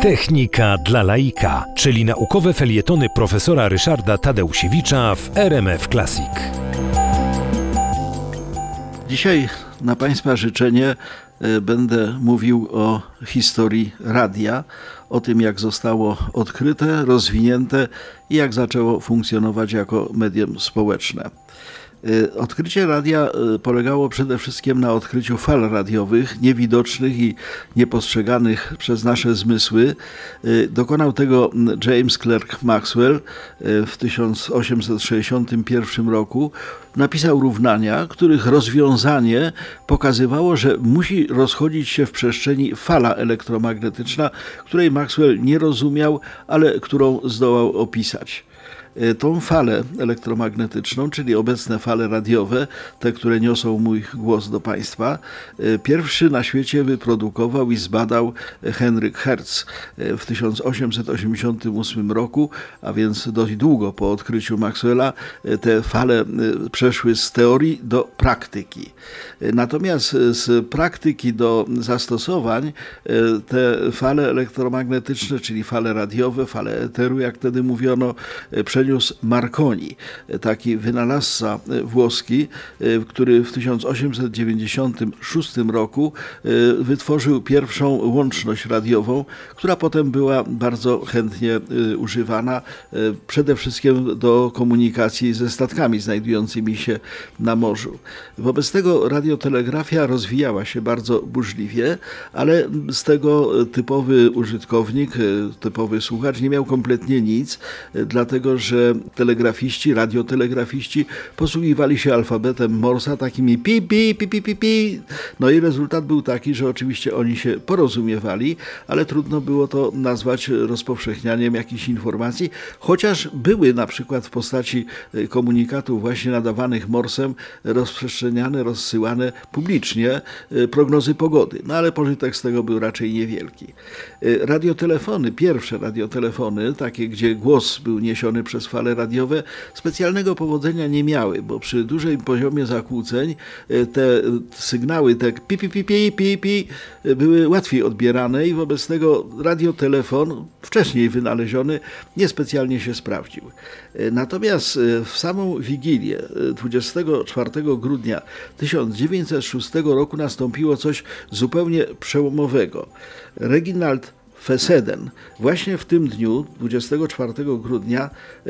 Technika dla laika, czyli naukowe felietony profesora Ryszarda Tadeusiewicza w RMF Classic. Dzisiaj na Państwa życzenie będę mówił o historii radia, o tym, jak zostało odkryte, rozwinięte i jak zaczęło funkcjonować jako medium społeczne. Odkrycie radia polegało przede wszystkim na odkryciu fal radiowych, niewidocznych i niepostrzeganych przez nasze zmysły. Dokonał tego James Clerk Maxwell w 1861 roku. Napisał równania, których rozwiązanie pokazywało, że musi rozchodzić się w przestrzeni fala elektromagnetyczna, której Maxwell nie rozumiał, ale którą zdołał opisać. Tą falę elektromagnetyczną, czyli obecne fale radiowe, te, które niosą mój głos do Państwa, pierwszy na świecie wyprodukował i zbadał Henryk Hertz w 1888 roku, a więc dość długo po odkryciu Maxwella. Te fale przeszły z teorii do praktyki. Natomiast z praktyki do zastosowań te fale elektromagnetyczne, czyli fale radiowe, fale eteru, jak wtedy mówiono, przeniósł Marconi, taki wynalazca włoski, który w 1896 roku wytworzył pierwszą łączność radiową, która potem była bardzo chętnie używana, przede wszystkim do komunikacji ze statkami znajdującymi się na morzu. Wobec tego radiotelegrafia rozwijała się bardzo burzliwie, ale z tego typowy użytkownik, typowy słuchacz nie miał kompletnie nic, dlatego że telegrafiści, radiotelegrafiści posługiwali się alfabetem Morsa, takimi pi, pi, pi, pi, pi, pi. No i rezultat był taki, że oczywiście oni się porozumiewali, ale trudno było to nazwać rozpowszechnianiem jakichś informacji, chociaż były na przykład w postaci komunikatów właśnie nadawanych Morsem rozprzestrzeniane, rozsyłane publicznie prognozy pogody. No ale pożytek z tego był raczej niewielki. Radiotelefony, pierwsze radiotelefony, takie gdzie głos był niesiony przez fale radiowe, specjalnego powodzenia nie miały, bo przy dużym poziomie zakłóceń te sygnały, te pi, pi, pi, pi, pi, pi, były łatwiej odbierane i wobec tego radiotelefon, wcześniej wynaleziony, niespecjalnie się sprawdził. Natomiast w samą Wigilię 24 grudnia 1906 roku nastąpiło coś zupełnie przełomowego. Reginald Fessenden właśnie w tym dniu, 24 grudnia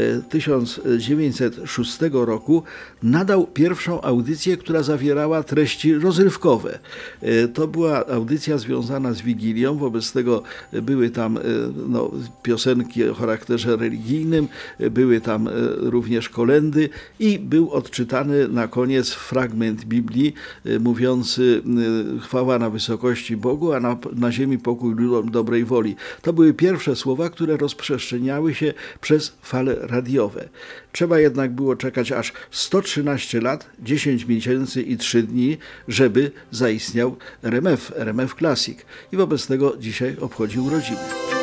1906 roku, nadał pierwszą audycję, która zawierała treści rozrywkowe. To była audycja związana z Wigilią, wobec tego były tam piosenki o charakterze religijnym, były tam również kolędy i był odczytany na koniec fragment Biblii mówiący: chwała na wysokości Bogu, a na ziemi pokój ludom dobrej woli. To były pierwsze słowa, które rozprzestrzeniały się przez fale radiowe. Trzeba jednak było czekać aż 113 lat, 10 miesięcy i 3 dni, żeby zaistniał RMF Classic. I wobec tego dzisiaj obchodził urodziny.